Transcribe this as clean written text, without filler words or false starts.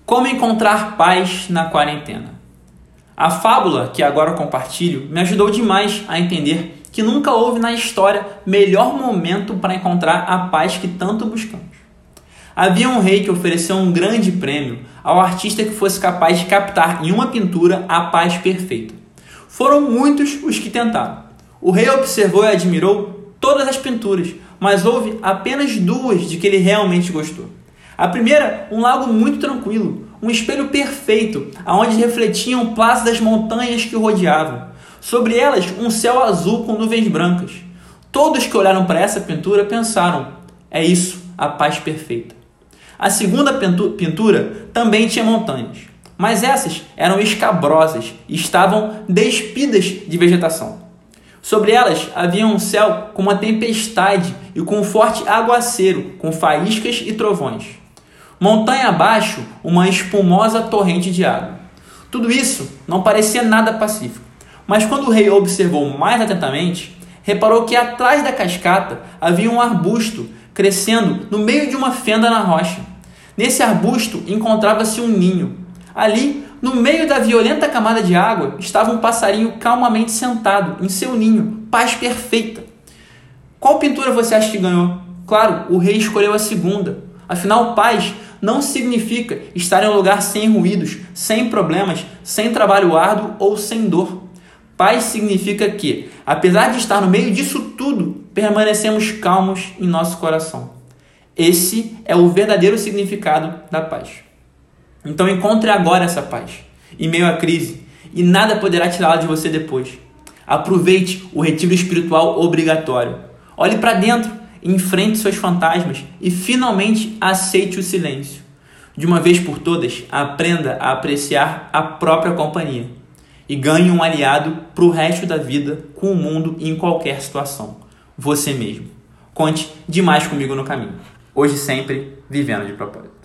Como encontrar paz na quarentena? A fábula que agora compartilho me ajudou demais a entender que nunca houve na história melhor momento para encontrar a paz que tanto buscamos. Havia um rei que ofereceu um grande prêmio ao artista que fosse capaz de captar em uma pintura a paz perfeita. Foram muitos os que tentaram. O rei observou e admirou todas as pinturas, mas houve apenas duas de que ele realmente gostou. A primeira, um lago muito tranquilo, um espelho perfeito, onde refletiam plácidas montanhas que o rodeavam. Sobre elas, um céu azul com nuvens brancas. Todos que olharam para essa pintura pensaram, é isso, a paz perfeita. A segunda pintura também tinha montanhas, mas essas eram escabrosas e estavam despidas de vegetação. Sobre elas havia um céu com uma tempestade e com um forte aguaceiro, com faíscas e trovões. Montanha abaixo, uma espumosa torrente de água. Tudo isso não parecia nada pacífico, mas quando o rei observou mais atentamente, reparou que atrás da cascata havia um arbusto crescendo no meio de uma fenda na rocha. Nesse arbusto encontrava-se um ninho. Ali, no meio da violenta camada de água, estava um passarinho calmamente sentado em seu ninho, paz perfeita. Qual pintura você acha que ganhou? Claro, o rei escolheu a segunda. Afinal, paz não significa estar em um lugar sem ruídos, sem problemas, sem trabalho árduo ou sem dor. Paz significa que, apesar de estar no meio disso tudo, permanecemos calmos em nosso coração. Esse é o verdadeiro significado da paz. Então encontre agora essa paz, em meio à crise, e nada poderá tirá-la de você depois. Aproveite o retiro espiritual obrigatório. Olhe para dentro, enfrente seus fantasmas e finalmente aceite o silêncio. De uma vez por todas, aprenda a apreciar a própria companhia e ganhe um aliado para o resto da vida com o mundo em qualquer situação. Você mesmo. Conte demais comigo no caminho. Hoje sempre, vivendo de propósito.